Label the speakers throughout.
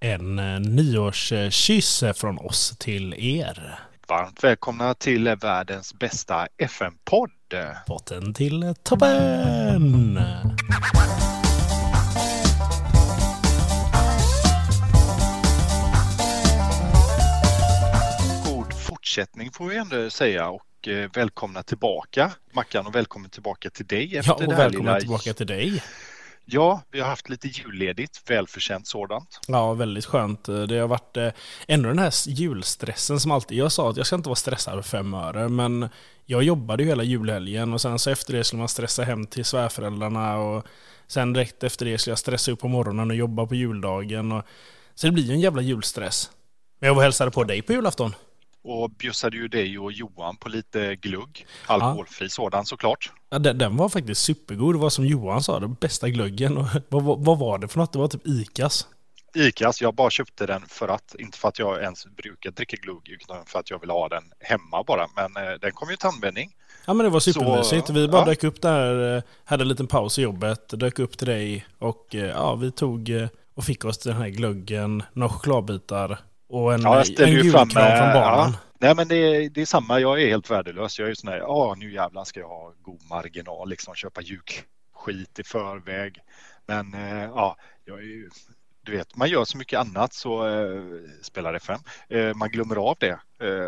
Speaker 1: en nyårskyss från oss till er.
Speaker 2: Varmt välkomna till världens bästa FM-podd.
Speaker 1: Botten till toppen!
Speaker 2: God fortsättning får vi ändå säga och välkomna tillbaka Mackan och välkommen tillbaka till dig efter
Speaker 1: och
Speaker 2: det här
Speaker 1: välkommen tillbaka till dig.
Speaker 2: Ja, vi har haft lite julledigt, välförtjänt sådant.
Speaker 1: Ja, väldigt skönt. Det har varit ändå den här julstressen som alltid. Jag sa att jag ska inte vara stressad över 5 öre, men jag jobbade ju hela julhelgen och sen så efter det skulle man stressa hem till svärföräldrarna och sen direkt efter det skulle jag stressa upp på morgonen och jobba på juldagen. Så det blir ju en jävla julstress. Men jag var hälsade på dig på julafton. Och
Speaker 2: bjussade ju dig och Johan på lite glugg. Alkoholfri sådan såklart.
Speaker 1: Ja, den var faktiskt supergod. Det var som Johan sa, den bästa gluggen. Och vad var det för något? Det var typ Icas.
Speaker 2: Icas, jag bara köpte den inte för att jag ens brukar dricka glugg utan för att jag vill ha den hemma bara. Men den kom ju till användning.
Speaker 1: Ja, men det var supermysigt. Vi bara dök upp där, hade en liten paus i jobbet, dök upp till dig och vi tog och fick oss den här gluggen, några chokladbitar och en julkram från barnen.
Speaker 2: Ja. Nej, men det är samma. Jag är helt värdelös. Jag är ju sån här, nu jävlar ska jag ha god marginal, liksom köpa julskit i förväg. Men jag är ju, du vet, man gör så mycket annat så spelar FM. Man glömmer av det.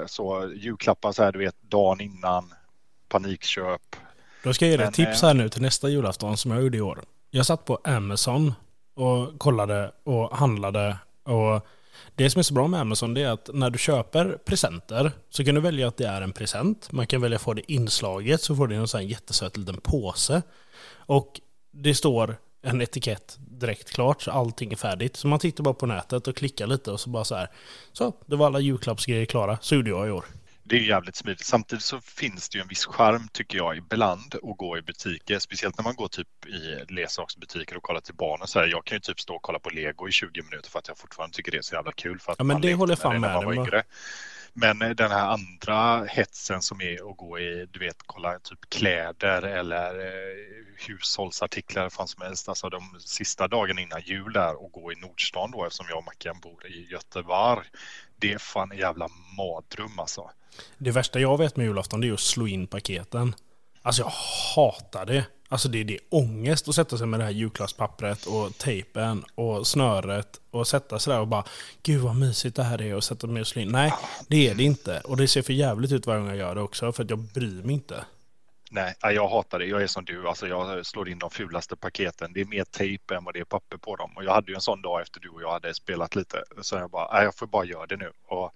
Speaker 2: Så julklappar så här, du vet, dagen innan, panikköp.
Speaker 1: Då ska jag ge dig ett tips här nu till nästa julafton som jag gjorde i år. Jag satt på Amazon och kollade och handlade och det som är så bra med Amazon det är att när du köper presenter så kan du välja att det är en present. Man kan välja att få det inslaget så får du en sån här jättesöt liten påse. Och det står en etikett direkt klart så allting är färdigt. Så man tittar bara på nätet och klickar lite och så bara så här. Så, det var alla julklappsgrejer klara. Så gjorde jag i år.
Speaker 2: Det är ju jävligt smidigt. Samtidigt så finns det ju en viss charm tycker jag ibland att gå i butiker. Speciellt när man går typ i leksaksbutiker och kollar till barnen. Så här, jag kan ju typ stå och kolla på Lego i 20 minuter för att jag fortfarande tycker det är så jävla kul. För att
Speaker 1: men det håller jag fan med dig.
Speaker 2: Men den här andra hetsen som är att gå i, du vet, kolla typ kläder eller hushållsartiklar fan som helst. Alltså de sista dagarna innan jul där och gå i Nordstan då eftersom jag och Mackan bor i Göteborg. Det är fan en jävla mardröm alltså.
Speaker 1: Det värsta jag vet med julafton det är att slå in paketen. Alltså jag hatar det. Alltså det är ångest att sätta sig med det här julklappspappret och tejpen och snöret och sätta sig där och bara gud vad mysigt det här är och sätta mig och slå in. Nej, det är det inte. Och det ser för jävligt ut varje gång jag gör det också för att jag bryr mig inte.
Speaker 2: Nej, jag hatar det. Jag är som du. Alltså jag slår in de fulaste paketen. Det är mer tejp än vad det är papper på dem. Och jag hade ju en sån dag efter du och jag hade spelat lite. Så jag bara, jag får bara göra det nu. Och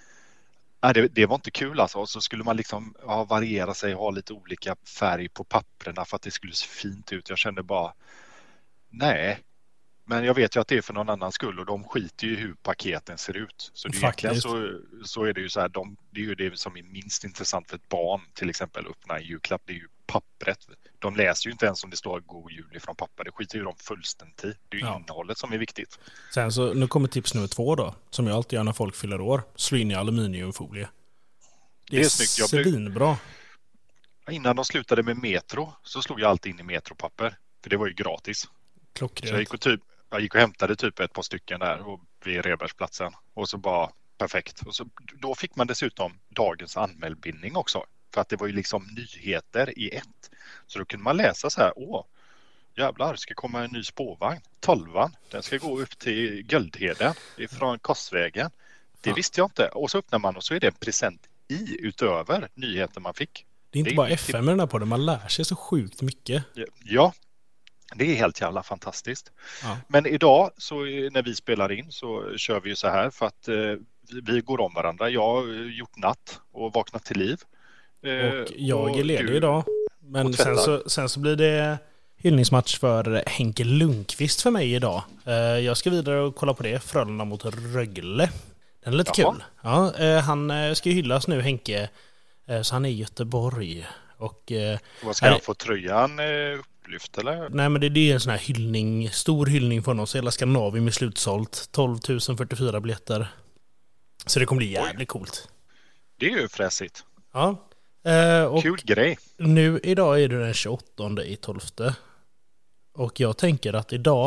Speaker 2: det var inte kul alltså. Och så skulle man liksom variera sig och ha lite olika färg på papperna för att det skulle se fint ut. Jag kände bara, nej. Men jag vet ju att det är för någon annan skull och de skiter ju hur paketen ser ut. Så det är egentligen så är det ju så här, det är ju det som är minst intressant för ett barn till exempel öppna en julklapp, det är ju pappret. De läser ju inte ens om det står god jul från pappa, det skiter ju de fullständigt i. Det är ju innehållet som är viktigt.
Speaker 1: Sen så, nu kommer tips nummer 2 då, som jag alltid gör när folk fyller år. Slå in i aluminiumfolie. Det är snyggt. Svinbra.
Speaker 2: Innan de slutade med Metro så slog jag alltid in i Metropapper, för det var ju gratis.
Speaker 1: Klockrent.
Speaker 2: Så jag gick och hämtade typ ett par stycken där vid Rebergsplatsen och så bara perfekt. Och så, då fick man dessutom dagens anmälbindning också. För att det var ju liksom nyheter i ett. Så då kunde man läsa så här, jävlar, ska komma en ny spårvagn. 12:an, den ska gå upp till Göldheden ifrån Korsvägen. Det visste jag inte. Och så öppnar man och så är det en present utöver nyheter man fick.
Speaker 1: Det är inte bara FM med den här podden, man lär sig så sjukt mycket.
Speaker 2: Ja. Det är helt jävla fantastiskt. Ja. Men idag så när vi spelar in så kör vi ju så här för att vi går om varandra. Jag har gjort natt och vaknat till liv.
Speaker 1: Och jag är ledig idag. Men sen så blir det hyllningsmatch för Henke Lundqvist för mig idag. Jag ska vidare och kolla på det. Frölunda mot Rögle. Den är lite kul. Ja, han ska hyllas nu, Henke. Så han är i Göteborg. Och,
Speaker 2: vad ska han få tröjan upplyft eller?
Speaker 1: Nej, men det är en sån här stor hyllning för honom. Så hela Skandinavien är slutsålt. 12 044 biljetter. Så det kommer bli jävligt coolt.
Speaker 2: Det är ju fräsigt.
Speaker 1: Ja. Och
Speaker 2: kul grej.
Speaker 1: Idag är det den 28/12. Och jag tänker att idag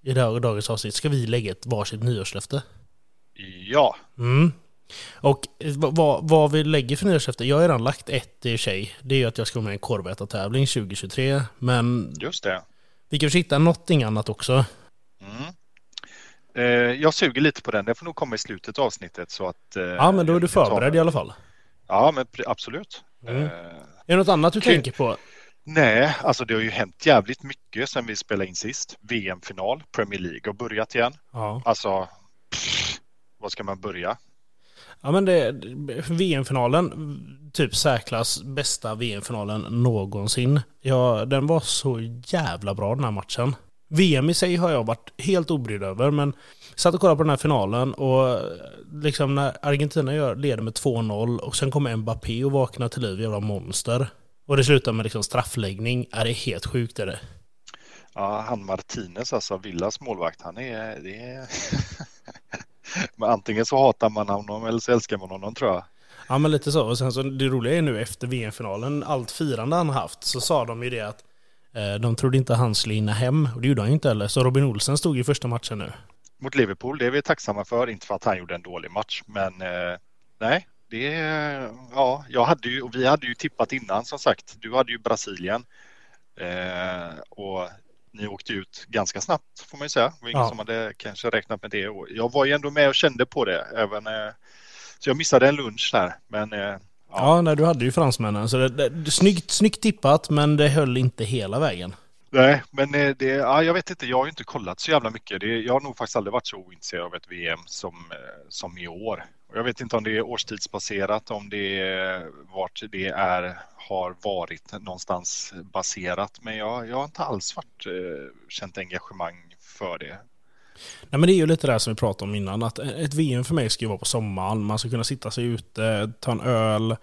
Speaker 1: i dagens avsnitt ska vi lägga ett varsitt nyårslöfte.
Speaker 2: Ja.
Speaker 1: Och vad vi lägger för nyårslöfte, jag har redan lagt ett i sig. Det är ju att jag ska vara med i en korvätartävling 2023. Men
Speaker 2: just det.
Speaker 1: Vi kanske hittar någonting annat också.
Speaker 2: Jag suger lite på den. Det får nog komma i slutet av avsnittet. Så att,
Speaker 1: ja, men då är du förberedd i alla fall.
Speaker 2: Ja, men absolut.
Speaker 1: Är det något annat du tänker på?
Speaker 2: Nej, alltså det har ju hänt jävligt mycket sen vi spelade in sist. VM-final, Premier League har börjat igen.
Speaker 1: Ja.
Speaker 2: Alltså, vad ska man börja?
Speaker 1: Ja, men VM-finalen, typ särklass bästa VM-finalen någonsin. Ja, den var så jävla bra den här matchen. VM i sig har jag varit helt obrydd över, men satt och kollade på den här finalen och liksom när Argentina leder med 2-0 och sen kommer Mbappé och vaknar till liv, jävla monster. Och det slutar med liksom straffläggning. Är det helt sjukt är det?
Speaker 2: Ja, han Martinez, alltså Villas målvakt, han är... Men antingen så hatar man honom eller så älskar man honom, tror jag.
Speaker 1: Ja, men lite så. Och sen så det roliga är nu efter VM-finalen, allt firande han haft, så sa de ju det att de trodde inte han skulle hinna hem. Och det gjorde han ju inte heller. Så Robin Olsen stod i första matchen nu.
Speaker 2: Mot Liverpool, det är vi tacksamma för. Inte för att han gjorde en dålig match. Men nej, det är... Ja, vi hade ju tippat innan som sagt. Du hade ju Brasilien. Och ni åkte ut ganska snabbt får man ju säga. Det var ingen som hade kanske räknat med det. Och jag var ju ändå med och kände på det. Även, så jag missade en lunch där. Men...
Speaker 1: Ja, nej, du hade ju fransmännen. Så snyggt tippat, men det höll inte hela vägen.
Speaker 2: Nej, men jag vet inte. Jag har ju inte kollat så jävla mycket. Jag har nog faktiskt aldrig varit så ointresserad av ett VM som i år. Och jag vet inte om det är årstidsbaserat, om det är vart det har varit någonstans baserat. Men jag har inte alls känt engagemang för det.
Speaker 1: Nej, men det är ju lite det som vi pratade om innan, att ett VM för mig ska ju vara på sommaren. Man ska kunna sitta sig ute, ta en öl,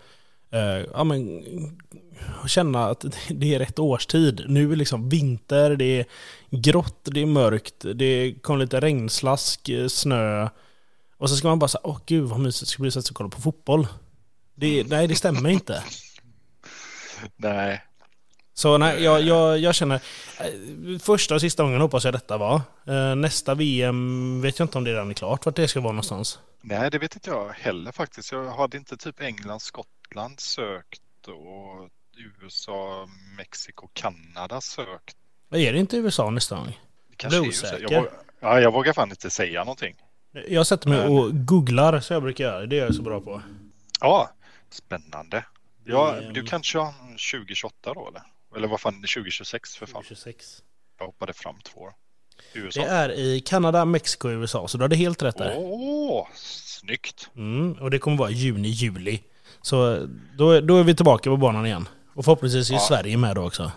Speaker 1: känna att det är rätt årstid. Nu är det liksom vinter, det är grått, det är mörkt, det kommer lite regnslask, snö. Och så ska man bara säga, gud vad mysigt det ska bli så att kolla på fotboll. Nej, det stämmer inte.
Speaker 2: Nej.
Speaker 1: Så nej, jag känner första och sista gången hoppas jag detta var. Nästa VM vet jag inte om det redan är klart vart det ska vara någonstans.
Speaker 2: Nej, det vet inte jag heller faktiskt. Jag hade inte typ England, Skottland sökt och USA, Mexiko, Kanada sökt.
Speaker 1: Är det inte USA nästa gång?
Speaker 2: Kanske är jag vågar fan inte säga någonting.
Speaker 1: Jag sätter mig och googlar så jag brukar göra. Det är jag så bra på.
Speaker 2: Ja, spännande. Ja, du kanske har 2028 då eller? Eller vad fan, 2026 för fan.
Speaker 1: 2026.
Speaker 2: Jag hoppade fram 2 år. USA.
Speaker 1: Det är i Kanada, Mexiko och USA. Så du hade helt rätt där.
Speaker 2: Snyggt.
Speaker 1: Och det kommer vara juni-juli. Så då är vi tillbaka på banan igen. Och förhoppningsvis är Sverige med då också.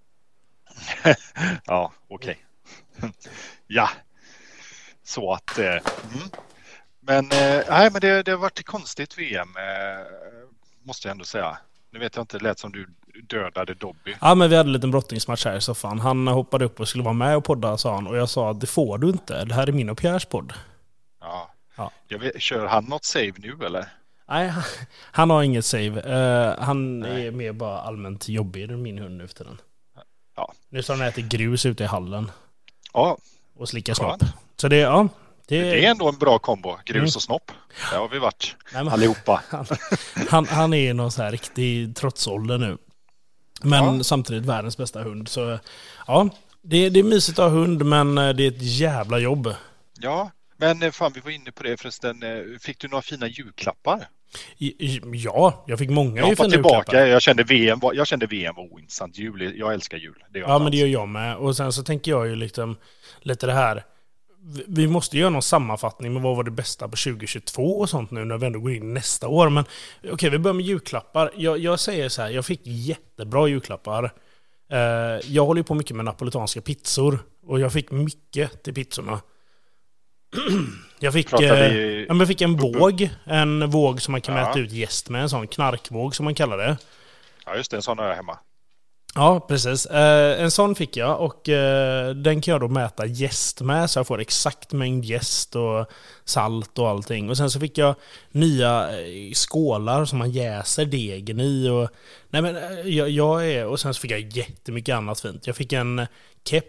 Speaker 2: Ja, okej. Ja. Så att... Men det har varit konstigt VM. Måste jag ändå säga. Nu vet jag inte, det lät som du dödade Dobby.
Speaker 1: Ja, men vi hade en liten brottningsmatch här i soffan. Han hoppade upp och skulle vara med och podda, sa han. Och jag sa att det får du inte. Det här är min och Pierres podd.
Speaker 2: Ja. Kör han något save nu eller?
Speaker 1: Nej, han har inget save. Han är mer bara allmänt jobbig än min hund nu efter den.
Speaker 2: Ja.
Speaker 1: Nu så han äter grus ute i hallen.
Speaker 2: Ja.
Speaker 1: Och slickar snopp. Så det är
Speaker 2: ändå en bra kombo. Grus och snopp. Där har vi varit allihopa.
Speaker 1: Han är någon så här riktig trotsålder nu. Men samtidigt världens bästa hund. Så ja, det är mysigt att ha hund, men det är ett jävla jobb.
Speaker 2: Ja, men fan vi var inne på det förresten. Fick du några fina julklappar?
Speaker 1: Ja, jag fick många fina julklappar.
Speaker 2: Jag kände VM var ointressant. Jag älskar jul.
Speaker 1: Men det gör jag med. Och sen så tänker jag ju liksom lite det här. Vi måste göra någon sammanfattning med vad var det bästa på 2022 och sånt nu när vi ändå går in nästa år. Men okej, vi börjar med julklappar. Jag säger så här, jag fick jättebra julklappar. Jag håller ju på mycket med napolitanska pizzor. Och jag fick mycket till pizzorna. Jag fick en våg som man kan mäta ut jäst med. En sån knarkvåg som man kallar det.
Speaker 2: Ja just det, en sån har jag hemma.
Speaker 1: Ja, precis. En sån fick jag och den kan jag då mäta jäst med så jag får exakt mängd jäst och salt och allting. Och sen så fick jag nya skålar som man jäser degen i och sen så fick jag jättemycket annat fint. Jag fick en keps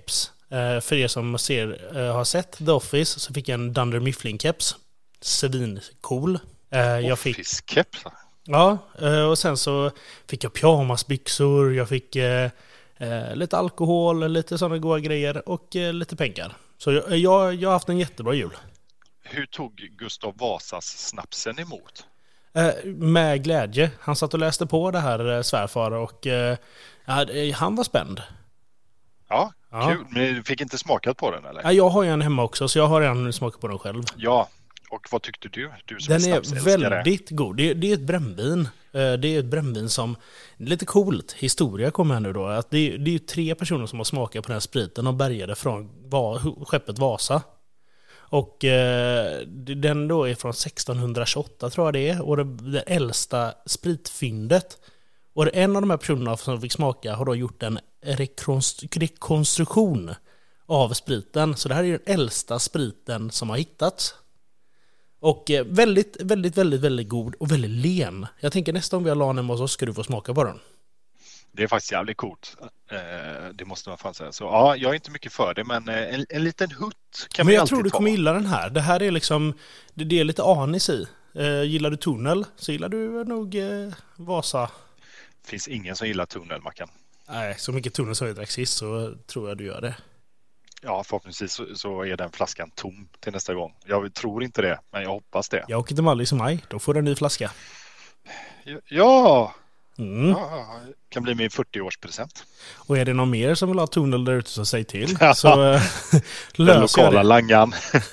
Speaker 1: För er som har sett The Office så fick jag en Dunder Mifflin-keps. Svincool.
Speaker 2: Office-keps?
Speaker 1: Ja, och sen så fick jag pyjamasbyxor, jag fick lite alkohol, lite sådana goda grejer och lite pengar. Så jag har haft en jättebra jul.
Speaker 2: Hur tog Gustav Vasas snapsen emot?
Speaker 1: Med glädje. Han satt och läste på det här svärfar och han var spänd.
Speaker 2: Ja, kul. Men du fick inte smakat på den eller?
Speaker 1: Ja, jag har ju en hemma också så jag har redan smakat på den själv.
Speaker 2: Ja, och vad tyckte du? Du som
Speaker 1: den är väldigt god. Det är ett brännvin. Det är ett brännvin som... Lite coolt. Historia kommer här nu då. Att det är ju 3 personer som har smakat på den här spriten och bärgade från skeppet Vasa. Och den då är från 1628 tror jag det är. Och det äldsta spritfyndet. Och en av de här personerna som fick smaka har då gjort en rekonstruktion av spriten. Så det här är den äldsta spriten som har hittats. Och väldigt, väldigt, väldigt, väldigt god och väldigt len. Jag tänker nästa gång vi har LAN hemma så ska du få smaka på den.
Speaker 2: Det är faktiskt jävligt coolt. Det måste man fan säga. Så ja, jag är inte mycket för det, men en liten hutt kan man
Speaker 1: men jag
Speaker 2: alltid
Speaker 1: tror du
Speaker 2: ta.
Speaker 1: kommer gilla den här. Det här är liksom, det är lite anis i. Gillar du tunnel så gillar du nog Vasa.
Speaker 2: Finns ingen som gillar tunnel, Mackan.
Speaker 1: Nej, så mycket tunnel som jag drack sist så tror jag du gör det.
Speaker 2: Ja, förhoppningsvis så är den flaskan tom till nästa gång. Jag tror inte det, men jag hoppas det.
Speaker 1: Jag åker till Mallis i maj, då får du en ny flaska.
Speaker 2: Ja! Kan bli min 40-årspresent.
Speaker 1: Och är det någon mer som vill ha tunnel där ute så säg till. Så
Speaker 2: den lokala langan.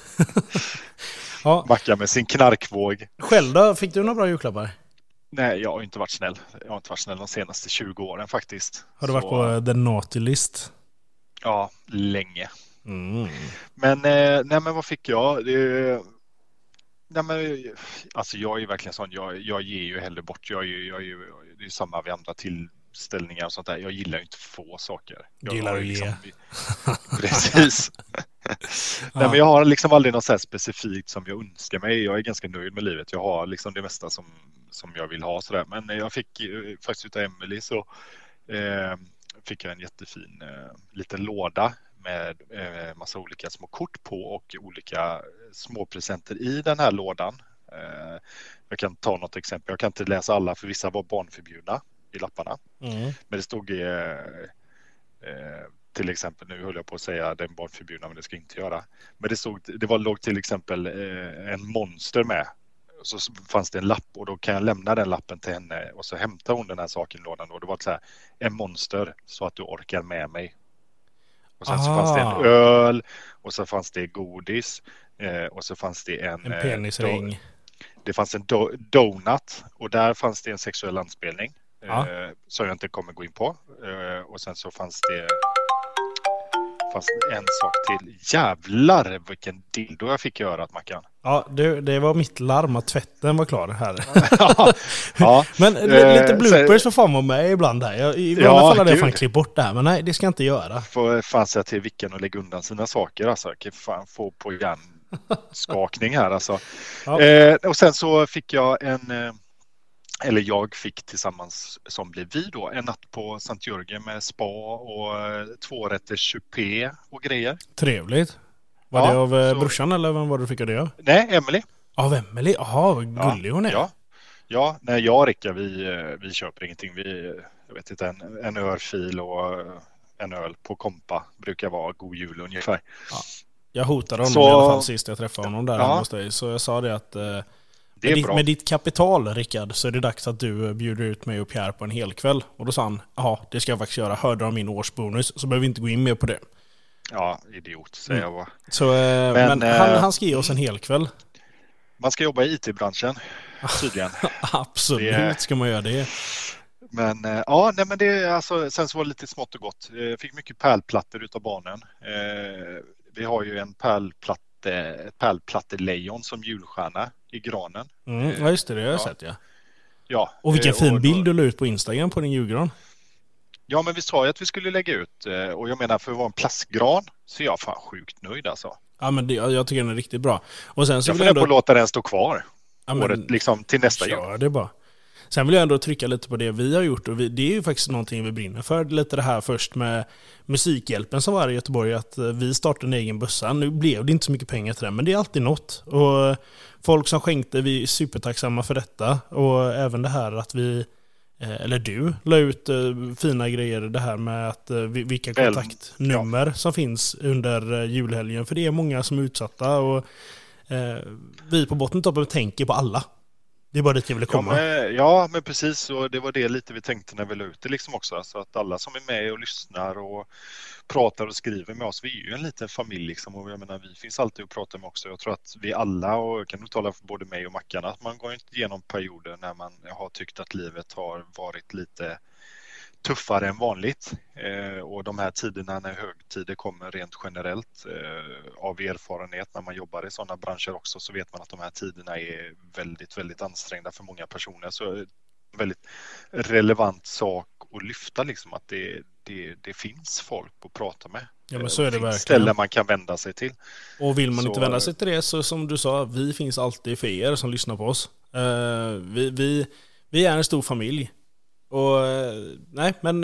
Speaker 1: Ja.
Speaker 2: Macka med sin knarkvåg.
Speaker 1: Själv då? Fick du några bra julklappar?
Speaker 2: Nej, jag har inte varit snäll. Jag har inte varit snäll de senaste 20 åren faktiskt.
Speaker 1: Har du varit på the naughty list?
Speaker 2: Ja, länge.
Speaker 1: Mm.
Speaker 2: Men, nej men vad fick jag? Nej men, alltså jag är ju verkligen sån, jag ger ju hellre bort. Det är samma vid andra tillställningar och sånt där. Jag gillar ju inte få saker.
Speaker 1: Jag gillar att ge.
Speaker 2: Precis. Nej, men jag har liksom aldrig något så här specifikt som jag önskar mig. Jag är ganska nöjd med livet. Jag har liksom det mesta som jag vill ha sådär. Men jag fick faktiskt utav Emily så fick jag en jättefin liten låda med massa olika små kort på och olika små presenter i den här lådan. Jag kan ta något exempel. Jag kan inte läsa alla för vissa var barnförbjudna i lapparna. Men det stod till exempel, nu höll jag på att säga den barnförbjudna men det ska jag inte göra. Men låg till exempel en monster med. Så fanns det en lapp och då kan jag lämna den lappen till henne och så hämtar hon den här saken i lådan och det var så här, en monster så att du orkar med mig. Och sen så fanns det en öl och så fanns det godis och så fanns det en
Speaker 1: penisring.
Speaker 2: Det fanns en donut och där fanns det en sexuell anspelning som jag inte kommer gå in på. Och sen så fanns det en sak till. Jävlar vilken dildo jag fick göra att Mackan.
Speaker 1: Ja, det var mitt larm att tvätten var klar här.
Speaker 2: Ja.
Speaker 1: Men lite bloopers för fan var med ibland här. Ibland fall hade jag fan klippt bort det här, men nej, det ska jag inte göra.
Speaker 2: Får fan säga till Vickan och lägga undan sina saker. Alltså, jag kan fan få på hjärnskakning här. Alltså. Ja. Och sen så fick jag jag fick tillsammans som blev vi då en natt på Sankt Jörgen med spa och 2-rätters chupé och grejer.
Speaker 1: Trevligt. Var det av brorsan eller vem var det du fick av det?
Speaker 2: Nej, Emily.
Speaker 1: Av Emily? Jaha, vad gullig hon är.
Speaker 2: Ja, när jag och Rickard vi köper ingenting. Jag vet inte, en örfil och en öl på kompa brukar vara god jul ungefär. Ja.
Speaker 1: Jag hotade honom i alla fall sist jag träffade honom där hos dig. Så jag sa det att med ditt kapital, Rickard, så är det dags att du bjuder ut mig och Pierre på en hel kväll. Och då sa han, det ska jag faktiskt göra. Hörde om min årsbonus så behöver vi inte gå in mer på det.
Speaker 2: Ja, idiot, säger jag bara.
Speaker 1: Så, men han ska ge oss en hel kväll.
Speaker 2: Man ska jobba i IT-branschen, tydligen.
Speaker 1: Absolut ska man göra det.
Speaker 2: Men men det alltså, sen så var det lite smått och gott. Jag fick mycket pärlplattor utav barnen. Vi har ju en pärlplattelejon som julstjärna i granen.
Speaker 1: Ja, just det har jag sett,
Speaker 2: ja.
Speaker 1: Och vilken fin bild du la ut på Instagram på din julgran.
Speaker 2: Ja, men vi sa ju att vi skulle lägga ut. Och jag menar, för att vara en plastgran så är jag fan sjukt nöjd alltså.
Speaker 1: Ja, men jag tycker den är riktigt bra. Och sen så
Speaker 2: jag får ändå låta den stå kvar.
Speaker 1: Ja,
Speaker 2: året, liksom till nästa jul.
Speaker 1: Ja, det är bra. Sen vill jag ändå trycka lite på det vi har gjort, och det är ju faktiskt någonting vi brinner för. Lite det här först med Musikhjälpen som var i Göteborg, att vi startade en egen bussa. Nu blev det inte så mycket pengar till det, men det är alltid något. Och folk som skänkte, vi är supertacksamma för detta. Och även det här att vi, eller du, la ut fina grejer, det här med att vilka kontaktnummer som finns under julhelgen. För det är många som är utsatta, och vi på Bottentoppen tänker på alla. Det är bara dit jag ville komma.
Speaker 2: Ja, men precis. Och det var det lite vi tänkte när vi la ut det liksom också. Så att alla som är med och lyssnar och pratar och skriver med oss, vi är ju en liten familj liksom. Och jag menar, vi finns alltid att prata med också. Jag tror att vi alla, och jag kan nog tala för både mig och Mackan, att man går inte igenom perioder när man har tyckt att livet har varit lite tuffare än vanligt, och de här tiderna när högtider kommer rent generellt, av erfarenhet när man jobbar i sådana branscher också, så vet man att de här tiderna är väldigt, väldigt ansträngda för många personer. Så en väldigt relevant sak att lyfta liksom, att det finns folk att prata med.
Speaker 1: Ja, men så är det verkligen.
Speaker 2: Ställen man kan vända sig till.
Speaker 1: Och vill man inte vända sig till det, så som du sa, vi finns alltid för er som lyssnar på oss. Vi är en stor familj. Och nej, men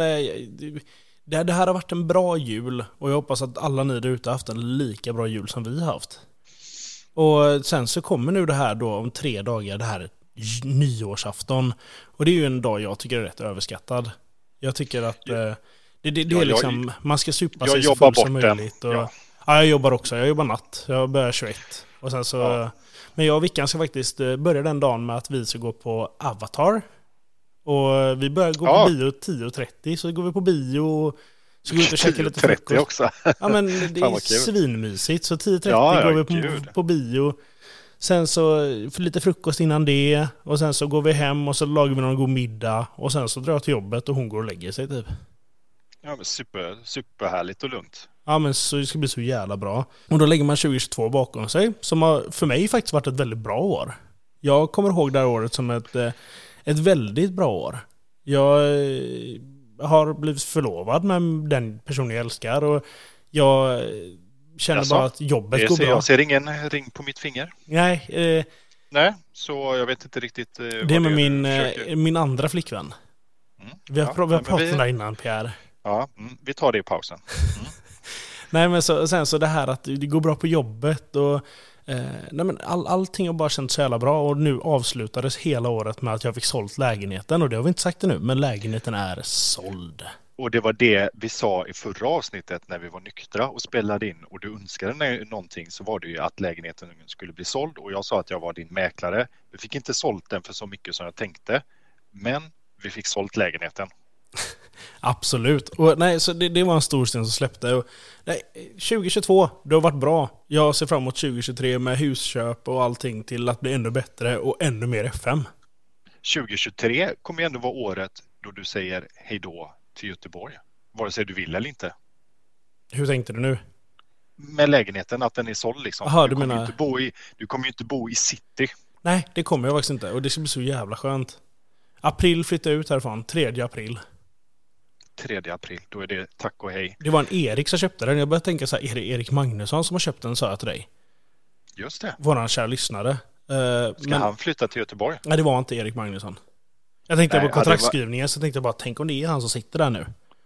Speaker 1: det här har varit en bra jul, och jag hoppas att alla ni där ute har haft en lika bra jul som vi har haft. Och sen så kommer nu det här då om 3 dagar, det här nyårsafton, och det är ju en dag jag tycker är rätt överskattad. Jag tycker att det är liksom, man ska supa sig så full som möjligt. Och, ja, jag jobbar också, jag jobbar natt, jag börjar 21. Och sen så, men jag och Vickan ska faktiskt börja den dagen med att vi ska gå på Avatar. Och vi börjar gå på bio 10:30, så går vi på bio och så går vi ut och käkar lite frukost. Också. Ja, men det är svinmysigt. Så 10:30 går vi på bio. Sen så för lite frukost innan det, och sen så går vi hem och så lagar vi någon god middag, och sen så drar jag till jobbet och hon går och lägger sig typ.
Speaker 2: Ja, men superhärligt och lugnt.
Speaker 1: Ja, men så det ska bli så jävla bra. Och då lägger man 2022 bakom sig, som har för mig faktiskt varit ett väldigt bra år. Jag kommer ihåg det här året som ett väldigt bra år. Jag har blivit förlovad med den person jag älskar, och jag känner bara att jobbet går bra.
Speaker 2: Jag ser ingen ring på mitt finger.
Speaker 1: Nej.
Speaker 2: Nej, så jag vet inte riktigt.
Speaker 1: Det är med min andra flickvän. Vi har pratat om det innan, Pierre.
Speaker 2: Ja, vi tar det i pausen.
Speaker 1: Nej, men sen så det här att det går bra på jobbet, och nej, men allting har bara känt så jävla bra, och nu avslutades hela året med att jag fick sålt lägenheten, och det har vi inte sagt det nu, men lägenheten är såld.
Speaker 2: Och det var det vi sa i förra avsnittet när vi var nyktra och spelade in, och du önskade någonting, så var det ju att lägenheten skulle bli såld, och jag sa att jag var din mäklare. Vi fick inte sålt den för så mycket som jag tänkte, men vi fick sålt lägenheten.
Speaker 1: Absolut. Och nej, så det var en stor sten som släppte. Och, nej, 2022, det har varit bra. Jag ser fram emot 2023 med husköp och allting till att bli ännu bättre och ännu mer FM.
Speaker 2: 2023 kommer ändå vara året då du säger hej då till Göteborg, vare sig du vill eller inte.
Speaker 1: Hur tänkte du nu?
Speaker 2: Med lägenheten, att den är såld liksom.
Speaker 1: Aha,
Speaker 2: du kommer ju inte bo i city.
Speaker 1: Nej, det kommer jag faktiskt inte. Och det ska bli så jävla skönt. April flyttar ut härifrån, 3 april.
Speaker 2: 3 april, då är det tack och hej.
Speaker 1: Det var en Erik som köpte den. Jag började tänka så här, är det Erik Magnusson som har köpt den, sa jag till dig?
Speaker 2: Just det.
Speaker 1: Våran kära lyssnare.
Speaker 2: Ska han flytta till Göteborg?
Speaker 1: Nej, det var inte Erik Magnusson. Jag tänkte på kontraktskrivningen, så tänkte jag bara, tänk om det är han som sitter där nu.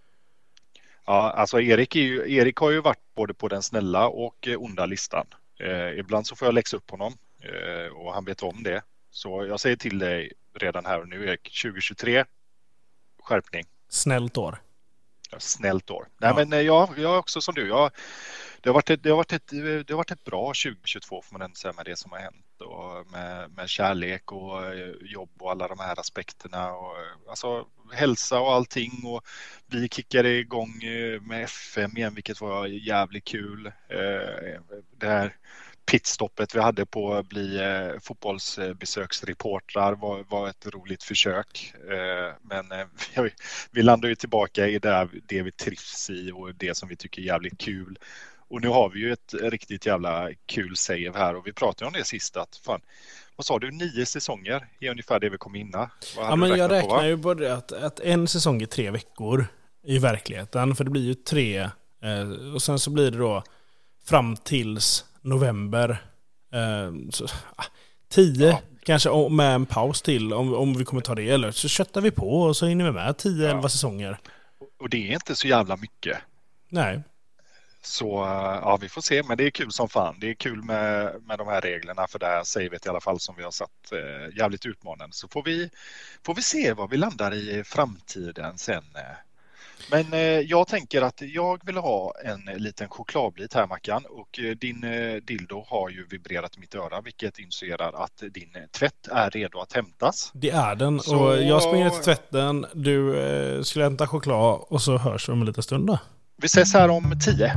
Speaker 2: Ja, alltså Erik har ju varit både på den snälla och onda listan. Ibland så får jag läxa upp honom, och han vet om det. Så jag säger till dig redan här och nu, Erik, 2023, skärpning.
Speaker 1: Snällt år.
Speaker 2: Ja, snällt år. Nej, ja. Men jag är också som du. Det har varit ett bra 2022, får man ändå säga, med det som har hänt, och med kärlek och jobb och alla de här aspekterna, och alltså hälsa och allting, och vi kickade igång med FM igen, vilket var jävligt kul. Det här pitstoppet vi hade på att bli fotbollsbesöksreportrar var ett roligt försök, men vi landade ju tillbaka i det vi trivs i och det som vi tycker är jävligt kul. Och nu har vi ju ett riktigt jävla kul save här, och vi pratade om det sist, att fan, vad sa du, 9 säsonger är ungefär det vi kommer hinna.
Speaker 1: Ja, men jag räknar ju på det att en säsong är 3 veckor i verkligheten, för det blir ju 3, och sen så blir det då fram tills november, 10 Kanske med en paus till om vi kommer ta det. Eller så köttar vi på och så hinner vi med 10-11 säsonger.
Speaker 2: Och det är inte så jävla mycket.
Speaker 1: Nej.
Speaker 2: Så ja, vi får se. Men det är kul som fan. Det är kul med de här reglerna för det här savet i alla fall som vi har satt jävligt utmanande. Så får vi se vad vi landar i framtiden sen. Men jag tänker att jag vill ha en liten chokladbit här, Mackan, och din dildo har ju vibrerat i mitt öra, vilket initierar att din tvätt är redo att hämtas.
Speaker 1: Det är den, och jag springer till tvätten, du skulle hämta choklad och så hörs vi om en liten stund då.
Speaker 2: Vi ses här om 10.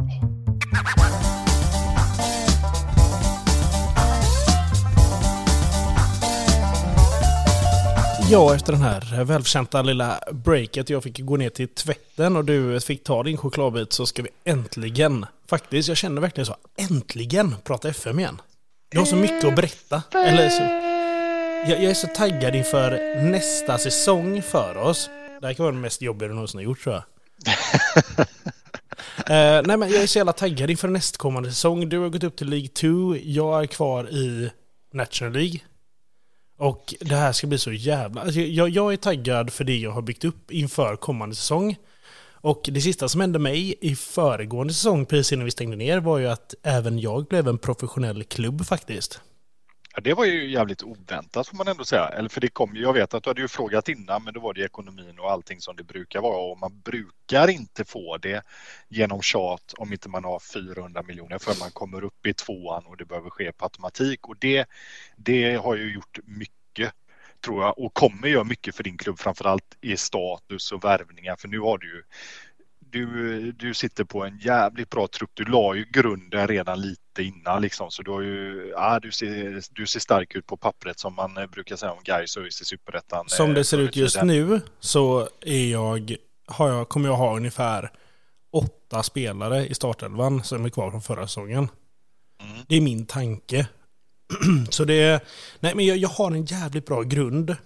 Speaker 1: Ja, efter den här välförtjänta lilla breaket jag fick gå ner till tvätten och du fick ta din chokladbit, så ska vi äntligen, faktiskt, jag känner verkligen så, äntligen prata FM igen. Jag har så mycket att berätta. Eller så, jag är så taggad inför nästa säsong för oss. Det här kan vara det mest jobbiga du någonsin har gjort, tror jag. Nej, men jag är så jävla taggad inför nästkommande säsong. Du har gått upp till League 2, jag är kvar i National League. Och det här ska bli så jävla... Alltså jag är taggad för det jag har byggt upp inför kommande säsong. Och det sista som hände mig i föregående säsong, precis innan vi stängde ner, var ju att även jag blev en professionell klubb faktiskt.
Speaker 2: Ja, det var ju jävligt oväntat får man ändå säga. Eller för det kom, jag vet att du hade ju frågat innan, men då var det ekonomin och allting som det brukar vara. Och man brukar inte få det genom tjat om inte man har 400 miljoner för man kommer upp i 2:an och det behöver ske på automatik. Och det har ju gjort mycket, tror jag, och kommer göra mycket för din klubb, framförallt i status och värvningar. För nu har du sitter på en jävligt bra trupp. Du la ju grunden redan lite innan liksom. Så du har ju, du ser stark ut på pappret, som man brukar säga om Gais och ÖIS i Superettan.
Speaker 1: Som det ser ut just nu så kommer jag ha ungefär 8 spelare i startelvan som är kvar från förra säsongen. Mm. Det är min tanke. Så jag har en jävligt bra grund.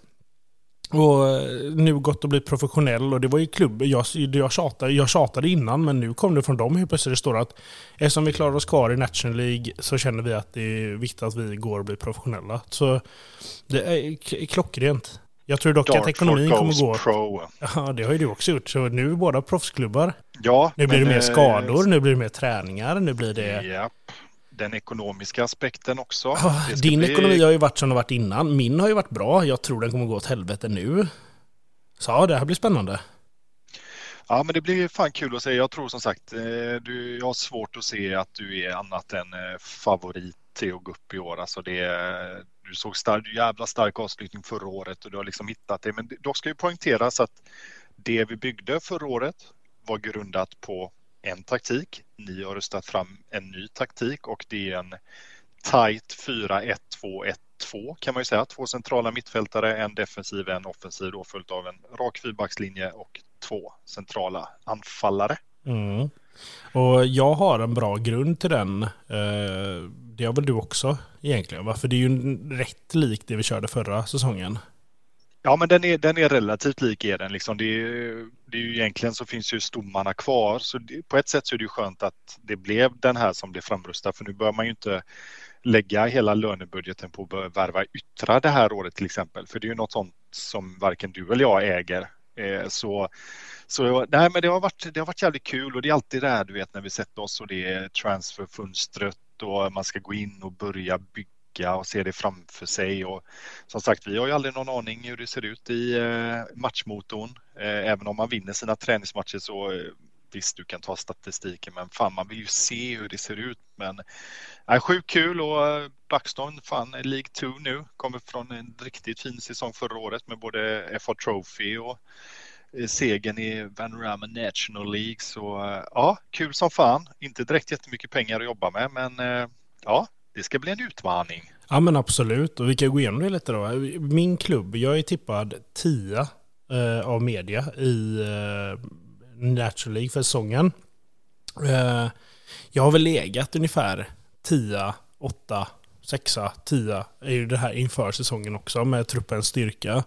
Speaker 1: Och nu gått att bli professionell, och det var ju klubb. Jag tjatade innan, men nu kom det från dem. Hur plötsligt det står att eftersom vi klarar oss kvar i National League så känner vi att det är viktigt att vi går och blir professionella. Så det är klockrent. Jag tror dock att ekonomin kommer gå...
Speaker 2: Pro.
Speaker 1: Ja, det har ju du också gjort. Så nu är vi båda proffsklubbar.
Speaker 2: Ja,
Speaker 1: nu blir det mer skador, nu blir det mer träningar, nu blir det...
Speaker 2: Ja. Den ekonomiska aspekten också.
Speaker 1: Din ekonomi har ju varit som det varit innan. Min har ju varit bra. Jag tror den kommer gå åt helvete nu. Så det här blir spännande.
Speaker 2: Ja, men det blir fan kul att se. Jag tror som sagt, jag har svårt att se att du är annat än favorit till att gå upp i år. Alltså du såg jävla stark avslutning förra året och du har liksom hittat det. Men dock ska ju poängteras att det vi byggde förra året var grundat på en taktik. Ni har röstat fram en ny taktik och det är en tight 4-1-2-1-2 kan man ju säga. 2 centrala mittfältare, en defensiv, en offensiv, då följt av en rak fyrbackslinje och 2 centrala anfallare.
Speaker 1: Mm. Och jag har en bra grund till den. Det har väl du också egentligen, va? För det är ju rätt likt det vi körde förra säsongen.
Speaker 2: Ja, men den är relativt lik den. Liksom. Det är ju egentligen så finns ju stommarna kvar. Så på ett sätt så är det ju skönt att det blev den här som blev framrustad. För nu bör man ju inte lägga hela lönebudgeten på att värva yttra det här året till exempel. För det är ju något sånt som varken du eller jag äger. Så nej, men det har varit jävligt kul, och det är alltid det här, du vet, när vi sätter oss och det är transferfönstret och man ska gå in och börja bygga och se det framför sig. Och som sagt, vi har ju aldrig någon aning hur det ser ut i matchmotorn. Även om man vinner sina träningsmatcher så visst, du kan ta statistiken, men fan, man vill ju se hur det ser ut. Men sjukt kul, och Buxton, fan, League 2 nu, kommer från en riktigt fin säsong förra året med både FA Trophy och segern i Vanarama National League. Så ja, kul som fan. Inte direkt jättemycket pengar att jobba med, men ja, det ska bli en utmaning.
Speaker 1: Ja, men absolut. Och vi kan gå igenom det lite då. Min klubb, jag är tippad 10 av media i National League för säsongen. Jag har väl legat ungefär 10, 8, 6, 10 är ju det här inför säsongen också med truppens styrka.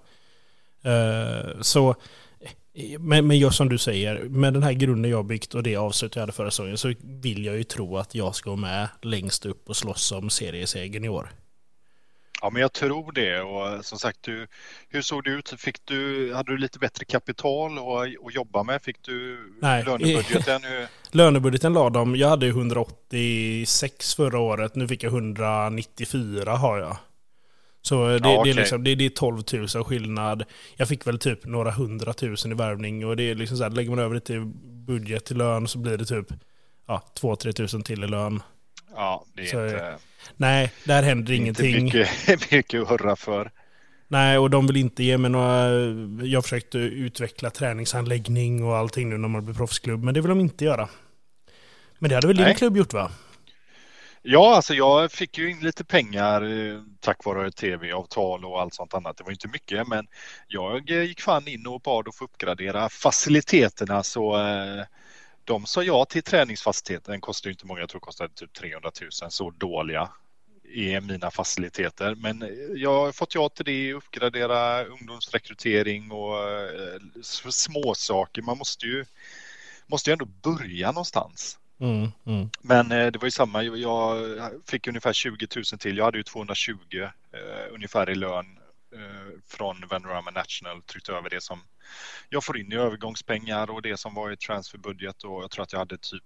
Speaker 1: Så men jag, som du säger, med den här grunden jag byggt och det avslut jag hade förra säsongen, så vill jag ju tro att jag ska vara med längst upp och slåss om seriesegern i år.
Speaker 2: Ja, men jag tror det. Och som sagt, hur såg det ut? Hade du lite bättre kapital att jobba med? Fick du
Speaker 1: Nej.
Speaker 2: lönebudgeten?
Speaker 1: Lönebudgeten la de. Jag hade ju 186 förra året. Nu fick jag 194 har jag. Så det är liksom, det är 12 000 skillnad. Jag fick väl typ några 100 000 i värvning. Och det är liksom så här, lägger man över det till budget till lön så blir det typ 2-3 000 till i lön.
Speaker 2: Ja, det är så, inte...
Speaker 1: Nej, där händer ingenting.
Speaker 2: Inte mycket att hurra för.
Speaker 1: Nej, och de vill inte ge mig några... Jag försökte utveckla träningsanläggning och allting nu när man blir proffsklubb. Men det vill de inte göra. Men det hade väl din klubb gjort, va?
Speaker 2: Ja, alltså jag fick ju in lite pengar tack vare tv-avtal och allt sånt annat. Det var inte mycket, men jag gick fan in och bad att få uppgradera faciliteterna. Så de sa ja till träningsfaciliteten. Den kostar ju inte många, jag tror det kostade typ 300 000. Så dåliga är mina faciliteter. Men jag har fått ja till det, uppgradera ungdomsrekrytering och små saker. Man måste ju ändå börja någonstans. Men det var ju samma, jag fick ungefär 20 000 till. Jag hade ju 220 ungefär i lön från Vanarama National. Tryckte över det som jag får in i övergångspengar och det som var i transferbudget. Och jag tror att jag hade typ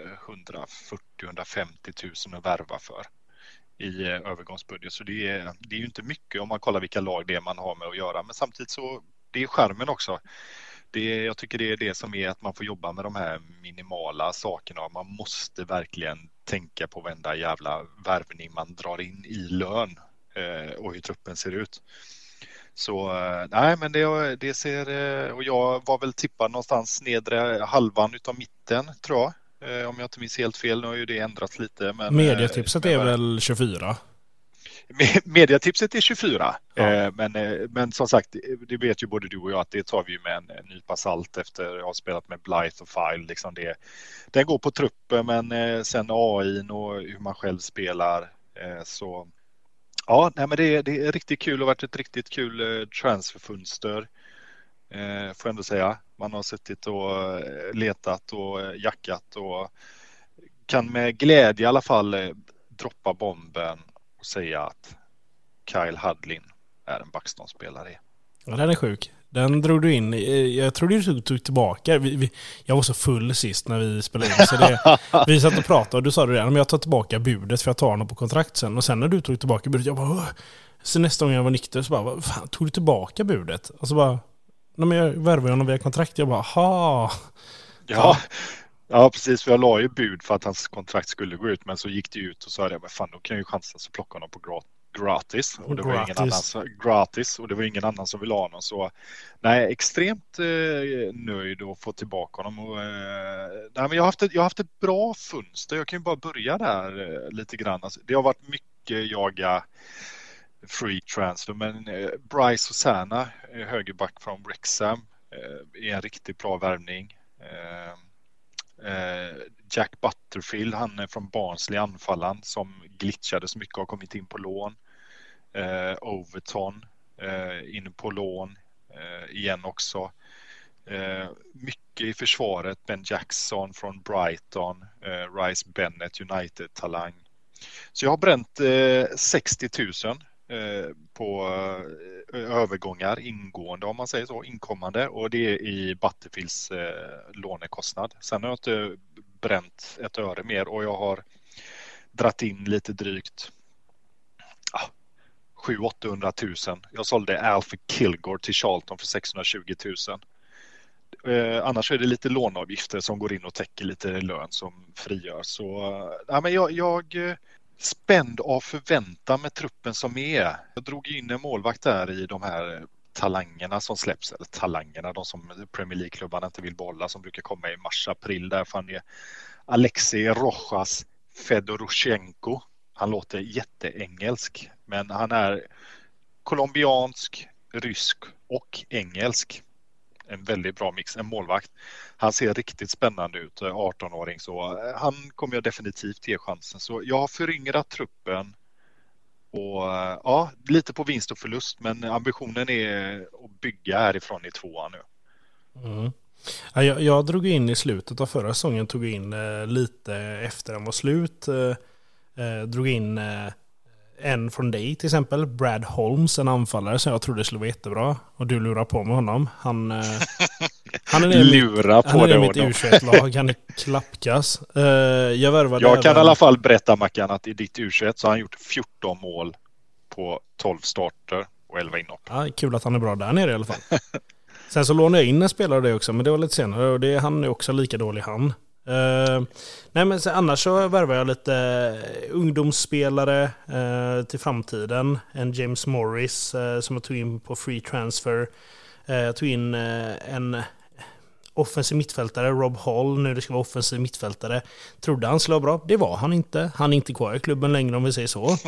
Speaker 2: 140-150 000 att värva för i övergångsbudget. Så det är ju inte mycket om man kollar vilka lag det är man har med att göra. Men samtidigt så, det är skärmen också. Jag tycker det är det som är att man får jobba med de här minimala sakerna. Man måste verkligen tänka på varenda jävla värvning man drar in i lön och hur truppen ser ut. Så nej, men det ser... Och jag var väl tippad någonstans nedre halvan utav mitten, tror jag. Om jag inte minns helt fel. Nu har ju det ändrats lite. Men,
Speaker 1: mediatipset är väl 24?
Speaker 2: Mediatipset är 24.
Speaker 1: Ja.
Speaker 2: Men som sagt, det vet ju både du och jag att det tar vi med en nypa salt efter att ha spelat med Blythe och File. Liksom den går på truppen, men sen AI och hur man själv spelar. Så ja, nej, men det är riktigt kul och varit ett riktigt kul transferfönster. Får jag ändå säga. Man har suttit och letat och jackat och kan med glädje i alla fall droppa bomben och säga att Kyle Hudlin är en Buxton-spelare.
Speaker 1: Ja, den är sjuk. Den drog du in. Jag trodde du tog tillbaka. Jag var så full sist när vi spelade in. Så vi satt och pratade och du sa det men jag tar tillbaka budet för jag tar honom på kontrakt sen. Och sen när du tog tillbaka budet, jag bara... Så nästa gång jag var nykter så bara, vad fan, tog du tillbaka budet? Och så bara, nej men jag värvade honom via kontrakt. Jag bara, ha.
Speaker 2: Ja, precis. För jag la ju bud för att hans kontrakt skulle gå ut. Men så gick det ut och så sa jag, men fan, då kan jag ju chansa att plocka honom på gratis. Och det var ingen annan som ville ha honom. Så nej, extremt nöjd att få tillbaka honom. Och, nej, men jag har haft ett bra fönster. Jag kan ju bara börja där lite grann. Alltså, det har varit mycket jaga free transfer. Men Bryce Hosanna, högerback från Wrexham, är en riktigt bra värvning. Jack Butterfield, han är från Barnsley, anfallaren som glitchade så mycket och har kommit in på lån. Overton in på lån igen också. Mycket i försvaret. Ben Jackson från Brighton, Rice Bennett, United-talang. Så jag har bränt 60 000 på övergångar ingående, om man säger så, inkommande, och det är i Butterfields lånekostnad. Sen har jag inte bränt ett öre mer och jag har dratt in lite drygt 700-800 000. Jag sålde Alfie Kilgore till Charlton för 620 000. Annars är det lite låneavgifter som går in och täcker lite lön som frigör. Så men jag spänd av förväntan med truppen som är. Jag drog in en målvakt där i de här talangerna som släpps, eller talangerna, de som Premier League-klubbarna inte vill behålla, som brukar komma i mars-april. Där fann jag Alexei Rojas Fedorushenko. Han låter jätteengelsk, men han är colombiansk, rysk och engelsk. En väldigt bra mix, en målvakt. Han ser riktigt spännande ut, 18-åring, så han kommer jag definitivt ge chansen. Så jag har föryngrat truppen och ja, lite på vinst och förlust, men ambitionen är att bygga härifrån i 2:an nu.
Speaker 1: Mm. Ja, jag drog in i slutet av förra säsongen, tog in lite efter den var slut, drog in en från dig till exempel, Brad Holmes, en anfallare som jag trodde skulle vara jättebra. Och du lurar på med honom. Han är mitt U21-lag. Han är klappkass.
Speaker 2: Jag kan i alla fall berätta, Mackan, att i ditt U21 så har han gjort 14 mål på 12 starter och 11 inhopp.
Speaker 1: Ja, kul att han är bra där nere i alla fall. Sen så lånade jag in en spelare det också, men det var lite senare. Och han är också lika dålig han. Nej, men annars så värvar jag lite ungdomsspelare till framtiden. En James Morris som jag tog in på free transfer. Jag tog in en offensiv mittfältare, Rob Hall, nu det ska vara offensiv mittfältare. Trodde han skulle vara bra. Det var han inte. Han är inte kvar i klubben längre om vi säger så.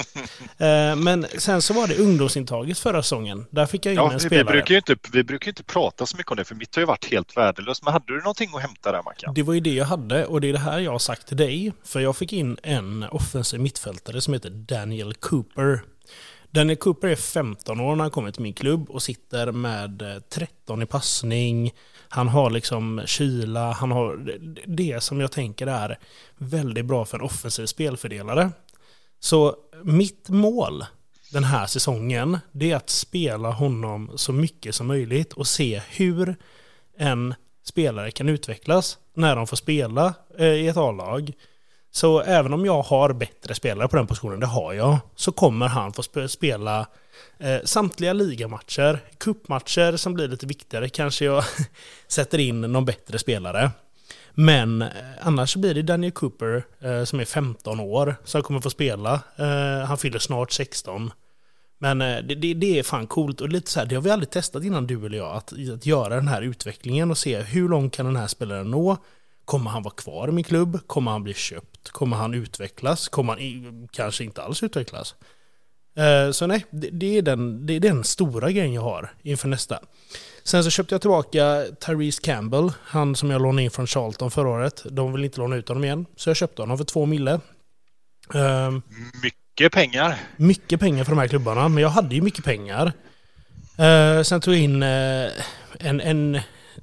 Speaker 1: Men sen så var det ungdomsintaget förra säsongen. Där fick jag in en spelare.
Speaker 2: Vi brukar ju inte prata så mycket om det, för mitt har ju varit helt värdelöst. Men hade du någonting att hämta där, Mackan?
Speaker 1: Det var ju det jag hade, och det är det här jag har sagt till dig. För jag fick in en offensiv mittfältare som heter Daniel Cooper. Daniel Cooper är 15 år när han kommer till min klubb och sitter med 13 i passning. Han har liksom kyla, han har det som jag tänker är väldigt bra för en offensiv spelfördelare. Så mitt mål den här säsongen, det är att spela honom så mycket som möjligt och se hur en spelare kan utvecklas när de får spela i ett A-lag. Så även om jag har bättre spelare på den positionen, det har jag, så kommer han få spela samtliga ligamatcher, cupmatcher som blir lite viktigare. Kanske jag sätter in någon bättre spelare. Men annars blir det Daniel Cooper som är 15 år som kommer få spela. Han fyller snart 16. Men det är fan coolt, och lite så här, det har vi aldrig testat innan, du eller jag, att göra den här utvecklingen och se hur långt kan den här spelaren nå. Kommer han vara kvar i min klubb? Kommer han bli köpt? Kommer han utvecklas? Kommer han kanske inte alls utvecklas? Så nej, det är den stora grejen jag har inför nästa. Sen så köpte jag tillbaka Tyrese Campbell, han som jag lånade in från Charlton förra året. De vill inte låna ut honom igen, så jag köpte honom för 2 mille.
Speaker 2: Mycket pengar.
Speaker 1: Mycket pengar för de här klubbarna, men jag hade ju mycket pengar. Sen tog jag in en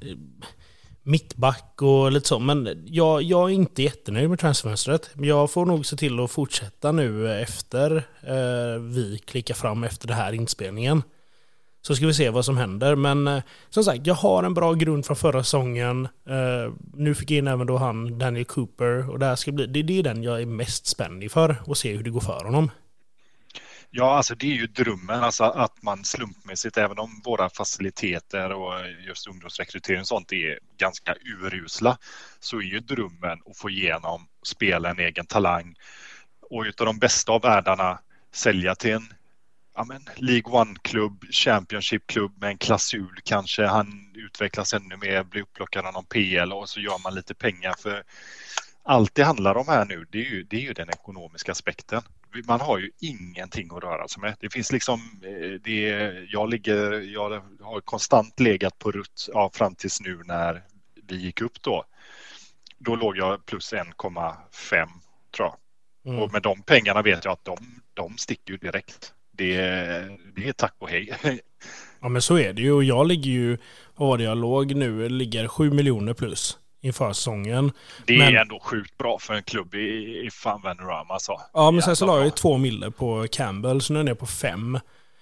Speaker 1: mittback och lite så, men jag är inte jättenöjd med transferfönstret. Jag får nog se till att fortsätta nu efter vi klickar fram efter det här inspelningen. Så ska vi se vad som händer. Men som sagt, jag har en bra grund från förra säsongen. Nu fick jag in även då han, Daniel Cooper, och det här ska bli, det är den jag är mest spänd för, och se hur det går för honom.
Speaker 2: Ja, alltså det är ju drömmen, alltså att man slumpmässigt, även om våra faciliteter och just ungdomsrekrytering och sånt är ganska urusla, så är ju drömmen att få igenom, spela en egen talang och utav de bästa av världarna sälja till en League One-klubb, Championship-klubb med en klausul. Kanske han utvecklas ännu mer, blir upplockad av någon PL, och så gör man lite pengar. För allt det handlar om här nu, det är ju den ekonomiska aspekten. Man har ju ingenting att röra sig med. Det finns liksom, jag har konstant legat på rutt fram tills nu när vi gick upp då. Då låg jag plus 1,5 tror jag. Mm. Och med de pengarna vet jag att de sticker ju direkt. Det är tack och hej.
Speaker 1: Ja, men så är det ju. Och jag ligger ju, vad var det jag låg nu? Ligger 7 miljoner plus inför säsongen.
Speaker 2: Det är ändå sjukt bra för en klubb i fan Vanarama alltså.
Speaker 1: Ja, men sen så la jag ju 2 mille på Campbell, så nu är jag på 5.